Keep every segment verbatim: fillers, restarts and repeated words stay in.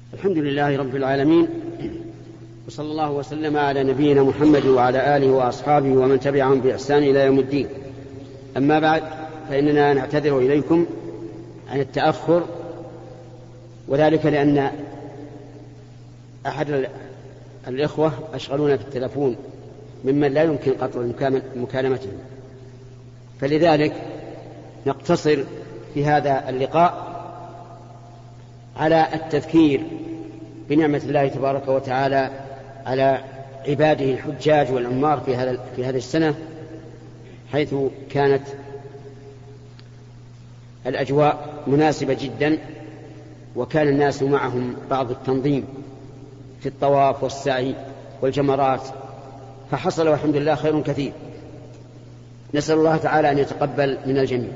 الحمد لله رب العالمين، وصلى الله وسلم على نبينا محمد وعلى آله وأصحابه ومن تبعهم بإحسان إلى يوم الدين. أما بعد، فإننا نعتذر إليكم عن التأخر، وذلك لأن أحد الإخوة أشغلونا في التلفون ممن لا يمكن قطع مكالمتهم، فلذلك نقتصر في هذا اللقاء على التذكير بنعمة الله تبارك وتعالى على عباده الحجاج والعمار في هذا في هذه السنة، حيث كانت الأجواء مناسبة جدا، وكان الناس معهم بعض التنظيم في الطواف والسعي والجمرات، فحصل والحمد لله خير كثير. نسأل الله تعالى أن يتقبل من الجميع.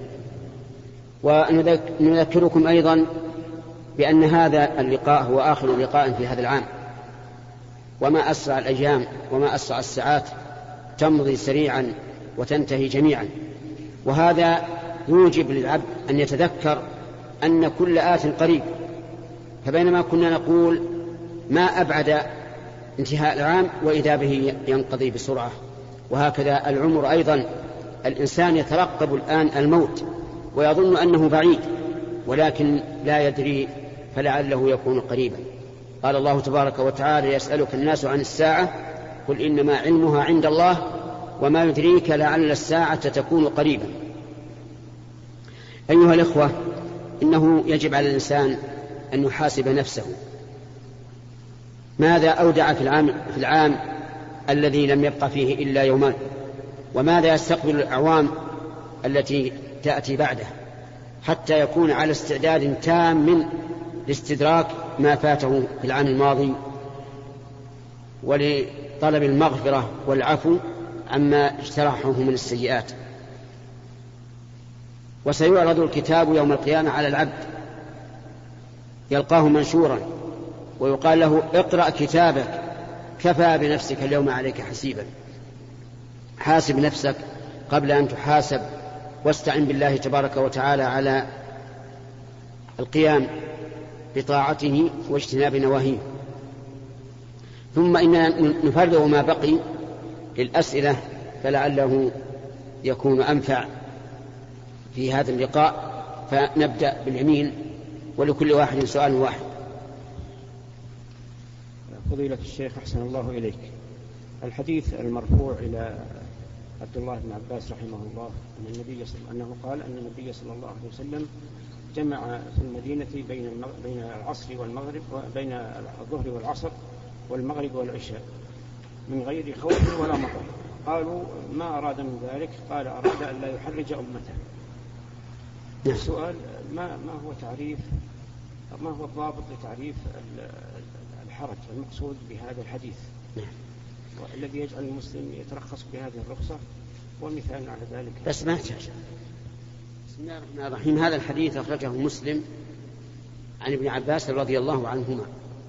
ونذكركم أيضا بأن هذا اللقاء هو آخر لقاء في هذا العام، وما أسرع الأيام وما أسرع الساعات تمضي سريعا وتنتهي جميعا، وهذا يوجب للعبد أن يتذكر أن كل آت قريب. فبينما كنا نقول ما أبعد انتهاء العام وإذا به ينقضي بسرعة، وهكذا العمر أيضا. الإنسان يترقب الآن الموت ويظن أنه بعيد، ولكن لا يدري، فلعله يكون قريبا. قال الله تبارك وتعالى: يسألك الناس عن الساعة قل إنما علمها عند الله وما يدريك لعل الساعة تكون قريبا. أيها الإخوة، إنه يجب على الإنسان أن يحاسب نفسه، ماذا أودع في العام, في العام الذي لم يبقى فيه إلا يومان، وماذا يستقبل الأعوام التي تأتي بعده، حتى يكون على استعداد تام من لاستدراك ما فاته في العام الماضي، ولطلب المغفرة والعفو عما اجترحه من السيئات. وسيعرض الكتاب يوم القيامة على العبد، يلقاه منشورا ويقال له: اقرأ كتابك كفى بنفسك اليوم عليك حسيبا. حاسب نفسك قبل أن تحاسب، واستعن بالله تبارك وتعالى على القيام بطاعته واجتناب نواهيه. ثم إننا نفرغ ما بقي للأسئلة، فلعله يكون أنفع في هذا اللقاء. فنبدأ باليمين، ولكل واحد سؤال واحد. فضيلة الشيخ أحسن الله إليك، الحديث المرفوع إلى عبد الله بن عباس رحمه الله أن النبي أنه قال أن النبي صلى الله عليه وسلم جمع في المدينة بين بين العصر والمغرب، بين الظهر والعصر والمغرب والعشاء من غير خوف ولا مطر. قالوا: ما أراد من ذلك؟ قال: أراد أن لا يحرج أمته. السؤال: ما ما هو تعريف ما هو الضابط لتعريف الحرج المقصود بهذا الحديث، والذي يجعل المسلم يترخص بهذه الرخصة، ومثال على ذلك؟ بس ما بسم الله الرحمن الرحيم. هذا الحديث أخرجه مسلم عن ابن عباس رضي الله عنهما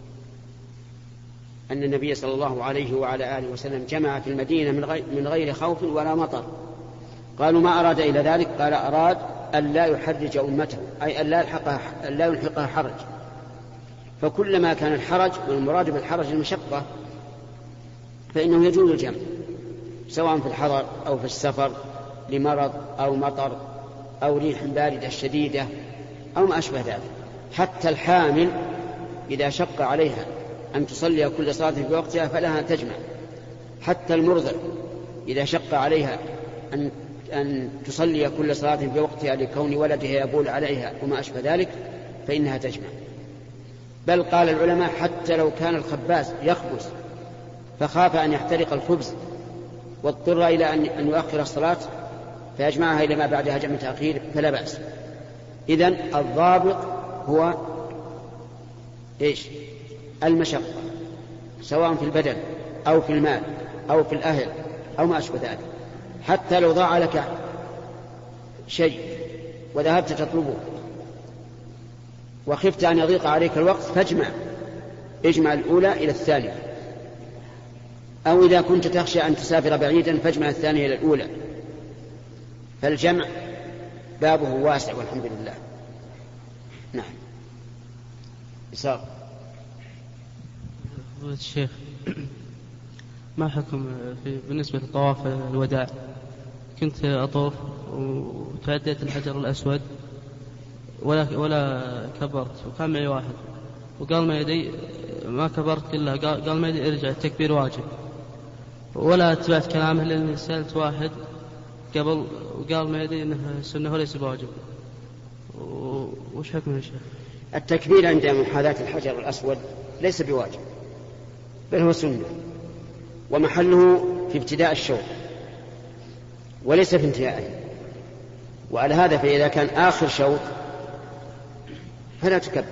أن النبي صلى الله عليه وعلى آله وسلم جمع في المدينة من غير خوف ولا مطر. قالوا: ما أراد إلى ذلك؟ قال: أراد أن لا يحرج أمته، أي أن لا يلحقها, لا يلحقها حرج. فكلما كان الحرج، والمراد بالحرج المشقة، فإنه يجوز الجمع، سواء في الحضر أو في السفر لمرض أو مطر أو ريح باردة شديدة أو ما أشبه ذلك. حتى الحامل إذا شق عليها أن تصلي كل صلاة في وقتها فلها تجمع. حتى المرضع إذا شق عليها أن أن تصلي كل صلاة في وقتها لكون ولدها يبول عليها وما أشبه ذلك فإنها تجمع. بل قال العلماء: حتى لو كان الخباز يخبز فخاف أن يحترق الخبز واضطر إلى أن يؤخر الصلاة فيجمعها إلى ما بعدها جمع تأخير فلا بأس. إذن الضابط هو إيش؟ المشقة، سواء في البدن أو في المال أو في الأهل أو ما أشبه ذلك. حتى لو ضاع لك شيء وذهبت تطلبه وخفت أن يضيق عليك الوقت فاجمع، اجمع الأولى إلى الثانية. أو إذا كنت تخشى أن تسافر بعيدا فاجمع الثانية إلى الأولى. فالجمع بابه واسع والحمد لله. نعم. إساق. الشيخ ما حكم في بالنسبة لطواف الوداع؟ كنت أطوف وتعديت الحجر الأسود ولا ولا كبرت، وكان معي واحد وقال ما يدي ما كبرت إلا قال ما يدي ارجع التكبير واجب، ولا اتبعت كلامه لأني سألت واحد قبل وقال ما يدي إنه سنة وليس بواجب. وش حكم يا شيخ؟ التكبير عند محاذاة الحجر الأسود ليس بواجب بل هو سنة، ومحله في ابتداء الشوط وليس في انتهائه. وعلى هذا فإذا كان آخر شوط فلا تكبر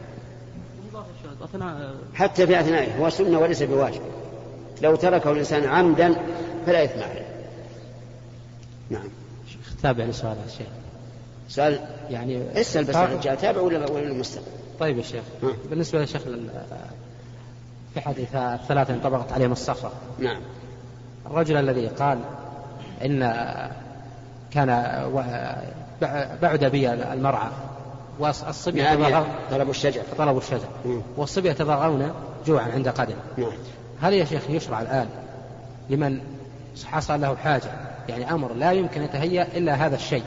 حتى في أثنائه، هو سنة وليس بواجب. لو تركه الإنسان عمدا فلا إثم عليه. نعم. تابع لسؤال الشيخ. سؤال يعني اسأل بس الرجال تابع ولا ولا المستقبل. طيب يا شيخ، بالنسبة للشيخ في حديث الثلاثة انطبقت عليهم الصخرة. نعم. الرجل الذي قال إن كان بعد بي المرعى والصبية طلبوا الشجر طلبوا الشجر والصبية يتضاغون جوعا عند قدم. نعم. هل يا شيخ يشرع الآن لمن حصل له حاجة، يعني أمر لا يمكن يتهيأ إلا هذا الشيء،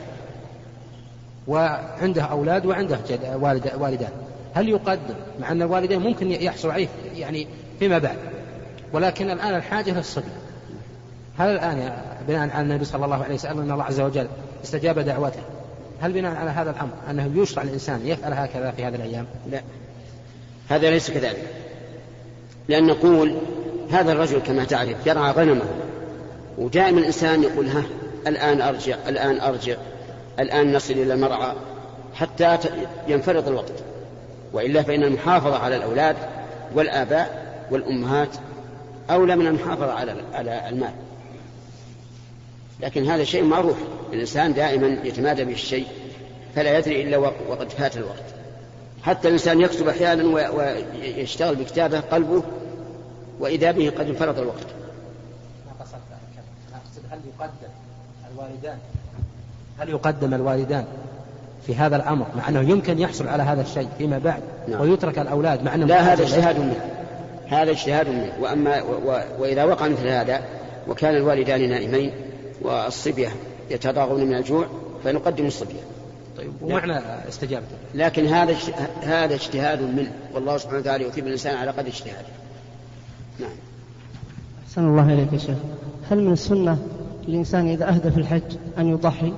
وعنده أولاد وعنده والد والدان، هل يقدم مع أن الوالدين ممكن يحصل عليه يعني فيما بعد، ولكن الآن الحاجة للصبي؟ هل الآن بناء على النبي صلى الله عليه وسلم أن الله عز وجل استجاب دعوته، هل بناء على هذا الأمر أنه يشرع الإنسان يفعل هكذا في هذه الأيام؟ لا، هذا ليس كذلك، لأن نقول هذا الرجل كما تعرف يرعى غنمه، ودائما الإنسان يقول ها الآن أرجع الآن أرجع الآن نصل إلى المرعى حتى ينفرط الوقت، وإلا فإن المحافظة على الأولاد والآباء والأمهات أولى من المحافظة على على المال. لكن هذا شيء معروف، الإنسان دائما يتمادى بالشيء فلا يدري إلا وقد فات الوقت. حتى الإنسان يكتب أحيانا ويشتغل بكتابه قلبه وإذا به قد انفرط الوقت. هل يقدم الوالدان هل يقدم الوالدان في هذا الأمر مع أنه يمكن يحصل على هذا الشيء فيما بعد؟ نعم. ويترك الأولاد مع أنه لا، هذا اجتهاد منه، هذا اجتهاد منه. وأما و... وإذا وقع مثل هذا وكان الوالدان نائمين والصبية يتضاغون من الجوع فنقدم الصبية. طيب، ومعنى استجابته؟ لكن هذا هذا اجتهاد منه، والله سبحانه وتعالى يثيب الإنسان على قدر اجتهاده. نعم. أحسن الله إليك يا شيخ، هل من السنة الإنسان إذا أهدى في الحج أن يضحي؟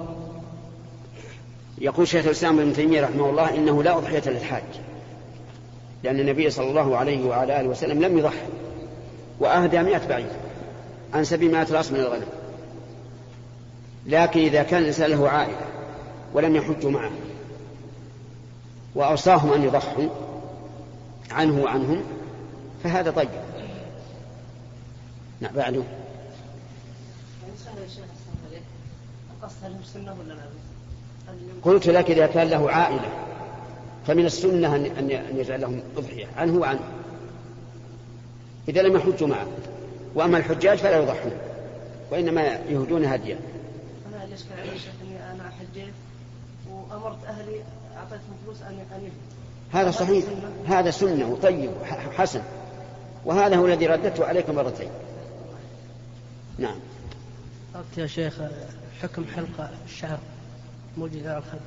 يقول شيخ الإسلام ابن تيمية رحمه الله إنه لا أضحية للحاج، لأن النبي صلى الله عليه وعلى آله وسلم لم يضحي وأهدى مئة بعير عن سبعمائة رأس من الغنم. لكن إذا كان الإنسان له عائلة ولم يحجوا معه وأوصاهم أن يضحوا عنه وعنهم فهذا طيب. نعم. بعده قلت لك إذا كان له عائلة فمن السنة أن يجعل لهم أضحية عنه وعنه إذا لم يحجوا معه، وأما الحجاج فلا يضحون وإنما يهدون هديا. أنا يشكل علي شيخ أني أنا حجيت وأمرت أهلي أعطيتهم فلوس أن يفعلوا. هذا صحيح، هذا سنة وطيب وحسن، وهذا هو الذي رددته عليكم مرتين. نعم. قلت يا شيخ حكم حلقة الشعر موجود على الخد.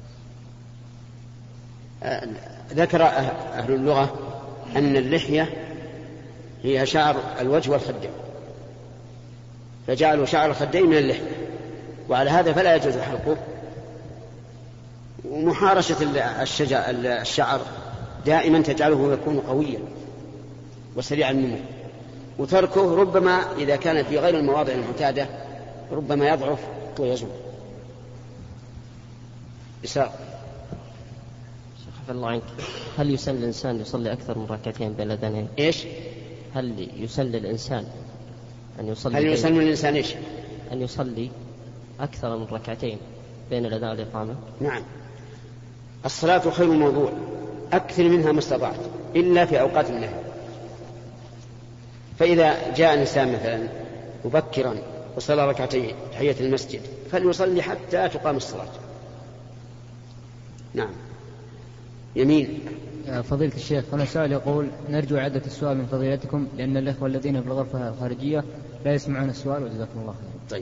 آه ذكر أهل اللغة أن اللحية هي شعر الوجه والخدين، فجعلوا شعر الخدين من اللحية، وعلى هذا فلا يجوز حلقه. ومحارشة الشعر دائما تجعله يكون قويا وسريع النمو، وتركه ربما إذا كان في غير المواضع المعتادة ربما يضعف ويزول. إساء. شيخ الله عنك، هل يسن الإنسان يصلي أكثر من ركعتين بين الأذانين؟ إيش؟ هل يسن الإنسان أن يصلي هل يسن الإنسان إيش؟ أن يصلي أكثر من ركعتين بين الأذان والإقامة؟ نعم. الصلاة خير موضوع، أكثر منها ما استطعت إلا في أوقات النهي. فإذا جاء الإنسان مثلا مبكرا وصلى ركعتين تحية المسجد فليصلي حتى تقام الصلاة. نعم. يمين. فضيلة الشيخ، هنا سؤال يقول: نرجو إعادة السؤال من فضيلتكم لأن الأخوة الذين في الغرفة الخارجية لا يسمعون السؤال، وجزاكم الله خير. طيب.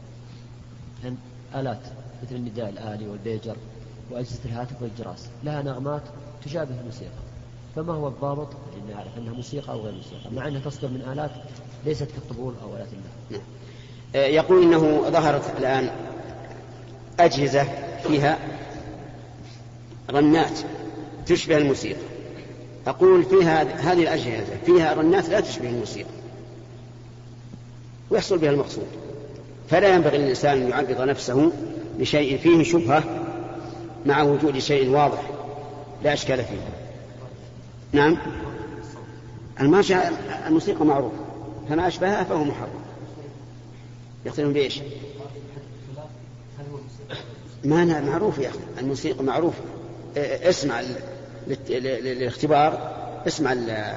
آلات مثل النداء الآلي والبيجر وأجهزة الهاتف والجراس لها نغمات تشابه الموسيقى، فما هو الضابط لأن نعرف أنها موسيقى أو غير موسيقى مع أنها تصدر من آلات ليست كالطبول أو آلات الله؟ يقول إنه ظهرت الآن أجهزة فيها رنات تشبه الموسيقى. أقول فيها هذه الأجهزة فيها رنات لا تشبه الموسيقى ويحصل بها المقصود، فلا ينبغي للإنسان أن يعرض نفسه لشيء فيه شبهة مع وجود شيء واضح لا أشكال فيه. نعم، الماشي الموسيقى معروف، فما أشبهها فهو محرم. يختلفون بإيش؟ ما أنا معروف يا أخي، الموسيقى معروف. اسمع للاختبار، اسمع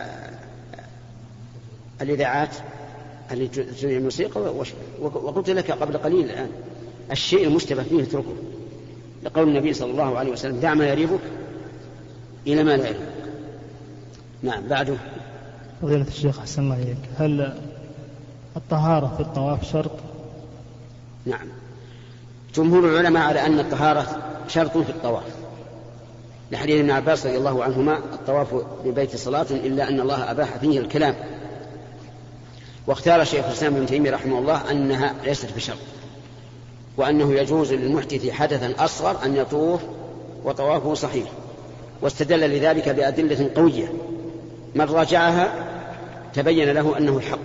الإذاعات اللي تجري الموسيقى. وقلت لك قبل قليل الآن الشيء المشتبه فيه اتركه، لقول النبي صلى الله عليه وسلم: دع ما يريبك إلى ما لا يريبك. نعم. بعده فضيلة الشيخ أحسن الله إليك، هل الطهارة في الطواف شرط؟ نعم، جمهور العلماء على أن الطهارة شرط في الطواف، لحديث ابن عباس رضي الله عنهما: الطواف ببيت صلاة إلا أن الله أباح فيه الكلام. واختار شيخ الإسلام ابن تيمية رحمه الله أنها ليست بشرط، وأنه يجوز للمحدث حدثا أصغر أن يطوف وطوافه صحيح، واستدل لذلك بأدلة قوية من راجعها تبين له أنه الحق.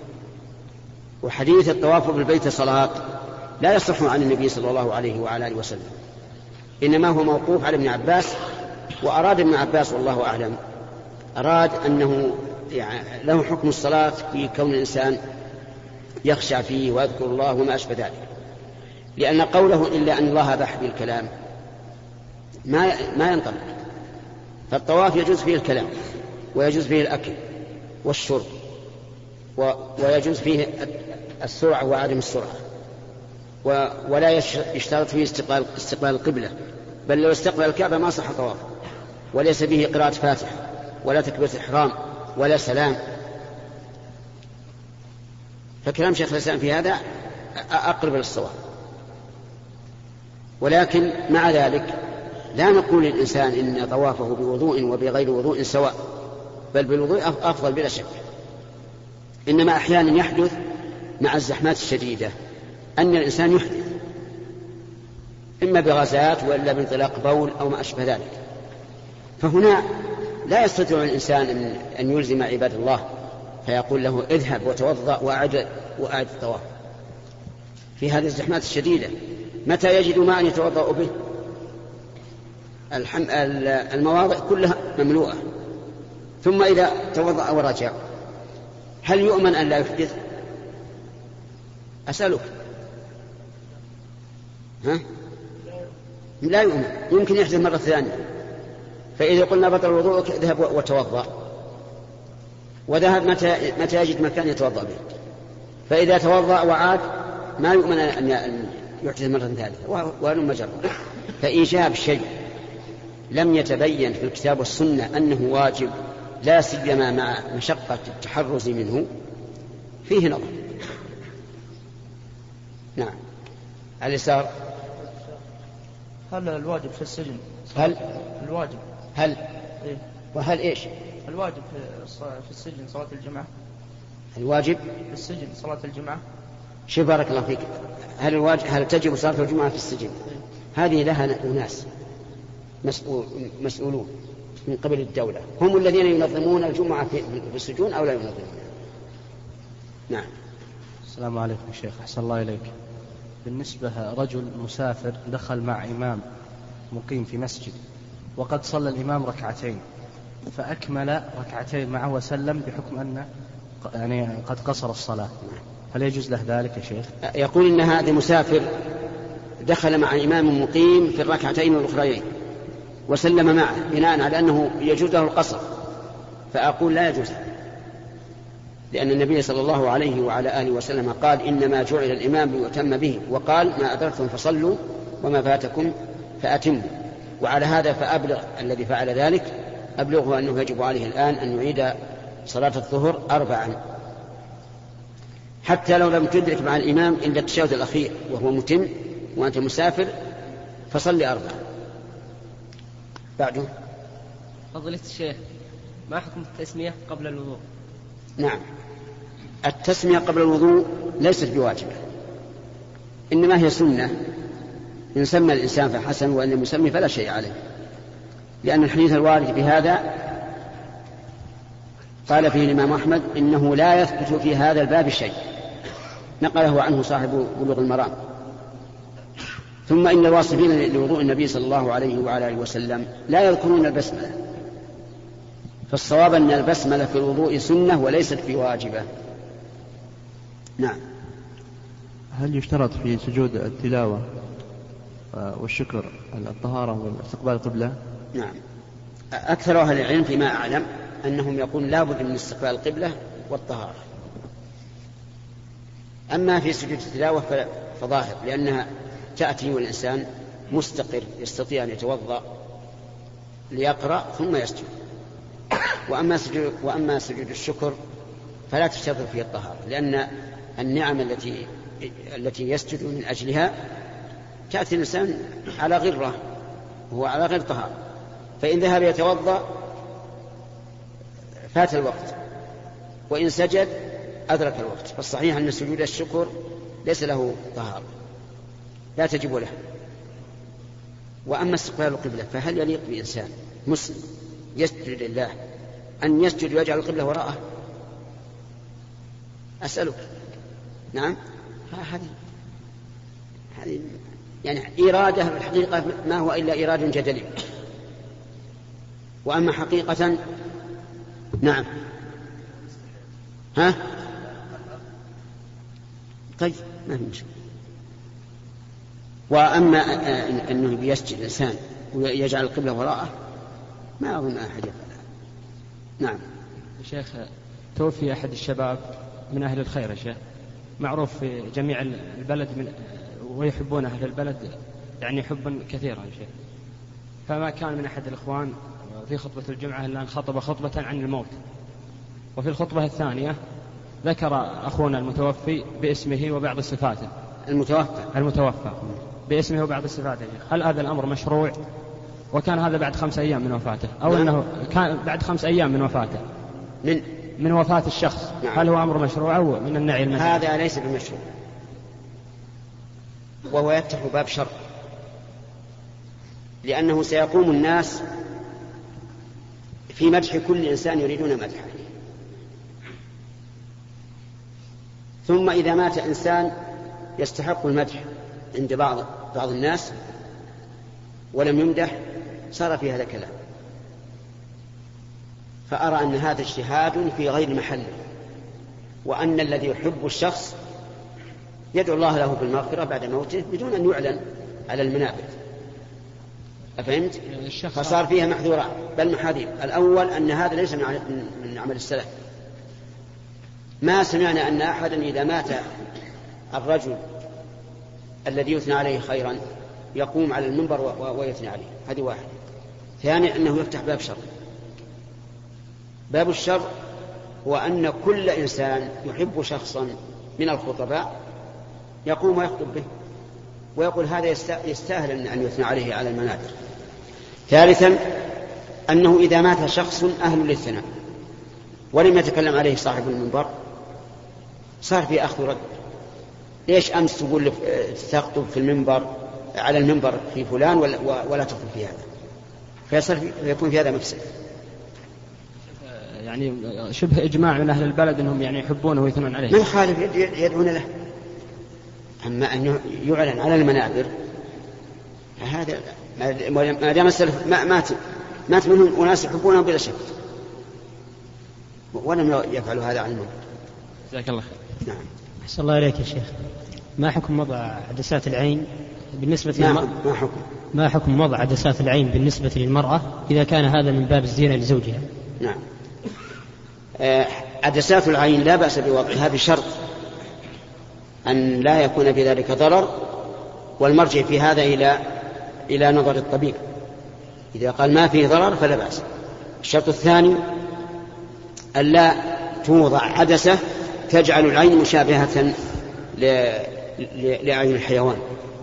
وحديث الطواف بالبيت صلاة لا يصح عن النبي صلى الله عليه وعلى آله وسلم، إنما هو موقوف على ابن عباس. وأراد ابن عباس والله أعلم أراد أنه يعني له حكم الصلاة في كون الإنسان يخشع فيه ويذكر الله وما أشبه ذلك، لأن قوله إلا أن الله أباح بالكلام ما ما ينطبق. فالطواف يجوز فيه الكلام، ويجوز فيه الأكل والشرب، ويجوز فيه السرعة وعدم السرعة، ولا يشترط فيه استقبال استقبال القبلة، بل لو استقبل الكعبة ما صح طواف، وليس فيه قراءة فاتحة ولا تكبيرة إحرام ولا سلام. فكلام شيخ الإسلام في هذا أقرب للصواب. ولكن مع ذلك لا نقول للإنسان إن طوافه بوضوء وبغير وضوء سواء، بل بالوضوء أفضل بلا شك. إنما أحيانا يحدث مع الزحمات الشديدة أن الإنسان يحدث إما بغازات وإلا بانطلاق بول أو ما أشبه ذلك، فهنا لا يستطيع الإنسان أن يلزم عباد الله فيقول له: اذهب وتوضأ وأعد وأعد الطواف في هذه الزحمات الشديدة. متى يجد ماء يتوضأ به؟ المواضع كلها مملوءة، ثم إذا توضأ ورجع هل يؤمن أن لا يحدث؟ أسألك. ها؟ لا يؤمن، يمكن يحدث مرة ثانية. فإذا قلنا بطل وضوءك اذهب وتوضأ، وذهب متى متى يجد مكان يتوضأ به، فإذا توضأ وعاد ما يؤمن أن يحدث مرة ثالثة، وهلم مجرى. فإيجاب شيء لم يتبين في الكتاب والسنة أنه واجب، لا سيما مع مشقة التحرز منه، فيه نظر. نعم. اليسار. هل الواجب في السجن؟ هل الواجب هل إيه؟ وهل إيش؟ الواجب في السجن صلاة الجمعة. الواجب في السجن صلاة الجمعة. شوف بارك الله فيك، هل الواجب هل تجب صلاة الجمعة في السجن؟ إيه؟ هذه لها أناس مسؤول مسؤولون من قبل الدولة، هم الذين ينظمون الجمعة في السجون أو لا ينظمون. نعم. السلام عليكم شيخ، أحسن الله إليك. بالنسبة رجل مسافر دخل مع إمام مقيم في مسجد وقد صلى الإمام ركعتين فأكمل ركعتين معه وسلم بحكم أن يعني قد قصر الصلاة، هل يجوز له ذلك يا شيخ؟ يقول إن هذا مسافر دخل مع إمام مقيم في الركعتين الأخريين وسلم معه بناء على أنه يجوز له القصر، فأقول لا يجوز، لأن النبي صلى الله عليه وعلى آله وسلم قال: إنما جعل الإمام ليؤتم به، وقال: ما أدركتم فصلوا وما فاتكم فأتموا. وعلى هذا فأبلغ الذي فعل ذلك أبلغه أنه يجب عليه الآن أن يعيد صلاة الظهر أربعا، حتى لو لم تدرك مع الإمام إلا التشهد الأخير وهو متم وأنت مسافر فصلي أربعا. بعده فضيلة الشيخ، ما حكم التسمية قبل الوضوء؟ نعم، التسمية قبل الوضوء ليست بواجبة، إنما هي سنة، إن سمى الإنسان فحسن وإن لم يسمي فلا شيء عليه، لأن الحديث الوارد بهذا قال فيه الإمام أحمد إنه لا يثبت في هذا الباب شيء، نقله عنه صاحب بلوغ المرام. ثم إن الواصفين لوضوء النبي صلى الله عليه وعلى آله وسلم لا يذكرون البسملة، فالصواب أن البسملة في الوضوء سنة وليست في واجبة. نعم. هل يشترط في سجود التلاوة والشكر الطهارة واستقبال القبلة؟ نعم، أكثر أهل العلم فيما أعلم أنهم يقولون لا بد من استقبال القبلة والطهارة. أما في سجود التلاوة فظاهر، لأنها تأتي والإنسان مستقر يستطيع أن يتوضأ ليقرأ ثم يسجد. وأما سجود, وأما سجود الشكر فلا تشترط فيه الطهارة، لأن النعم التي التي يسجد من أجلها تأتي الإنسان على غرة وهو على غير طهارة، فإن ذهب يتوضأ فات الوقت، وإن سجد أدرك الوقت. فالصحيح أن سجود الشكر ليس له طهارة، لا تجب له. وأما استقبال القبلة فهل يليق بإنسان مسلم يسجد لله أن يسجد ويجعل القبلة وراءه؟ أسألك. نعم، هذه هذه يعني إرادة في الحقيقة ما هو إلا إرادة جدلي. وأما حقيقة نعم. ها طيب ما في مشكلة. وأما أنه بيسجد الإنسان ويجعل القبلة وراءه ما أظن أحد يفعل. نعم. شيخ، توفي أحد الشباب من أهل الخير يا شيخ، معروف في جميع البلد من ويحبون أهل البلد يعني حبا كثيرا يا شيخ، فما كان من أحد الإخوان في خطبة الجمعة إلا أن خطب خطبة عن الموت، وفي الخطبة الثانية ذكر أخونا المتوفي باسمه وبعض صفاته. المتوفى المتوفى باسمه وبعض صفاته. هل هذا الأمر مشروع؟ وكان هذا بعد خمس أيام من وفاته، أو نعم. أنه كان بعد خمس أيام من وفاته من من وفاة الشخص. نعم. هل هو أمر مشروع أو من النعي المشروع؟ هذا ليس بمشروع، وهو يفتح باب شر، لأنه سيقوم الناس في مدح كل إنسان يريدون مدحه، ثم إذا مات إنسان يستحق المدح عند بعض بعض الناس ولم يمدح صار في هذا كلام. فأرى أن هذا اجتهاد في غير محله، وأن الذي يحب الشخص يدعو الله له بالمغفرة بعد موته بدون أن يعلن على المنابر. أفهمت؟ فصار فيها محذورات بل محاذير. الأول أن هذا ليس من عمل السلف، ما سمعنا أن أحدا إذا مات الرجل الذي يثنى عليه خيرا يقوم على المنبر ويثنى عليه. هذه واحد. ثاني أنه يفتح باب شر. باب الشر هو أن كل إنسان يحب شخصا من الخطباء يقوم ويخطب به ويقول هذا يستاهل أن يثنى عليه على المنابر. ثالثا أنه إذا مات شخص أهل للثناء ولم يتكلم عليه صاحب المنبر صار في أخذ رد. ليش أمس تقول تخطب في المنبر على المنبر في فلان ولا, ولا تخطب في هذا؟ فيصير يكون في هذا مفسد. يعني شبه إجماع من أهل البلد أنهم يعني يحبونه ويثنون عليه. من خالف يدعون له. أما أن يعلن على المنابر هذا ما دام السلف مات مات منهم أناس يحبونه بلا شك ولم يفعلوا هذا عن المنبر. جزاك الله خير. نعم. أحسن الله إليك يا شيخ، ما حكم وضع عدسات العين بالنسبة للمرأة؟ ما حكم ما حكم وضع عدسات العين بالنسبة للمرأة إذا كان هذا من باب الزينة لزوجها؟ نعم. آه عدسات العين لا بأس بوضعها بشرط أن لا يكون في ذلك ضرر، والمرجع في هذا إلى إلى نظر الطبيب. إذا قال ما فيه ضرر فلا بأس. الشرط الثاني ألا توضع عدسة تجعل العين مشابهة لعين الحيوان،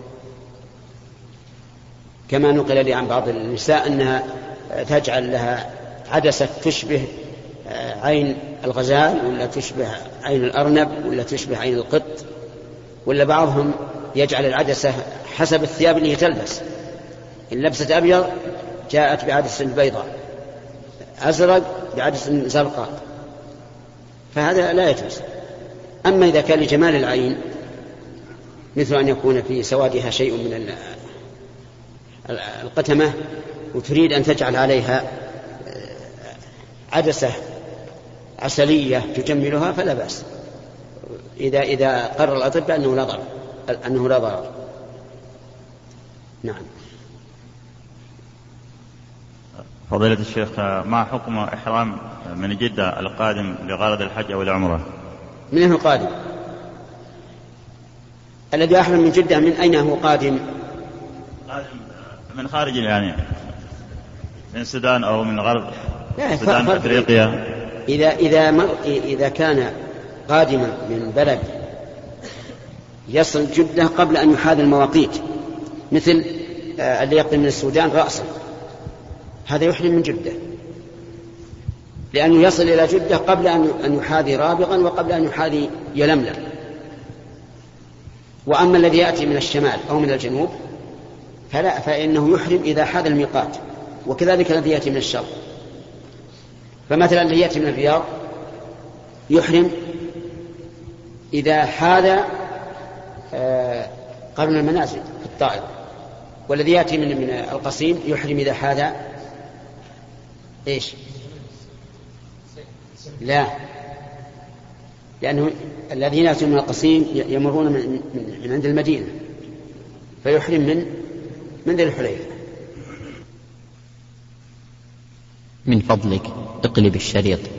كما نقل لي عن بعض النساء أنها تجعل لها عدسة تشبه عين الغزال، ولا تشبه عين الأرنب، ولا تشبه عين القط، ولا بعضهم يجعل العدسة حسب الثياب اللي تلبس، إن لبست أبيض جاءت بعدسة بيضاء، أزرق بعدسة زرقاء، فهذا لا يجوز. أما إذا كان لجمال العين مثل أن يكون في سوادها شيء من القتمة وتريد أن تجعل عليها عدسة عسلية تجملها فلا بأس، إذا إذا قرر الأطباء أنه لا ضرر أنه لا ضرر. نعم. فضيلة الشيخ، ما حكم إحرام من جدة القادم لغرض الحج أو العمرة؟ من هو قادم؟ الذي أحرم من جدة من أين هو قادم؟ قادم من خارج يعني من السودان أو من غرب السودان أفريقيا. إذا إذا مر إذا كان قادما من بلد يصل جدة قبل أن يحاذي المواقيت، مثل اللي يقدم من السودان رأسا، هذا يحرم من جدة، لأنه يصل إلى جدة قبل أن يحاذي رابغا وقبل أن يحاذي يلملم. وأما الذي يأتي من الشمال أو من الجنوب فلا، فإنه يحرم إذا حاذى الميقات، وكذلك الذي يأتي من الشرق. فمثلا الذي يأتي من الرياض يحرم إذا حاذى قرن المنازل في الطائف، والذي يأتي من من القصيم يحرم إذا حاذى إيش؟ لا، لأنه الذين يأتون من القصيم يمرون من, من عند المدينة فيحرم من من ذي الحليفة. من فضلك اقلب الشريط.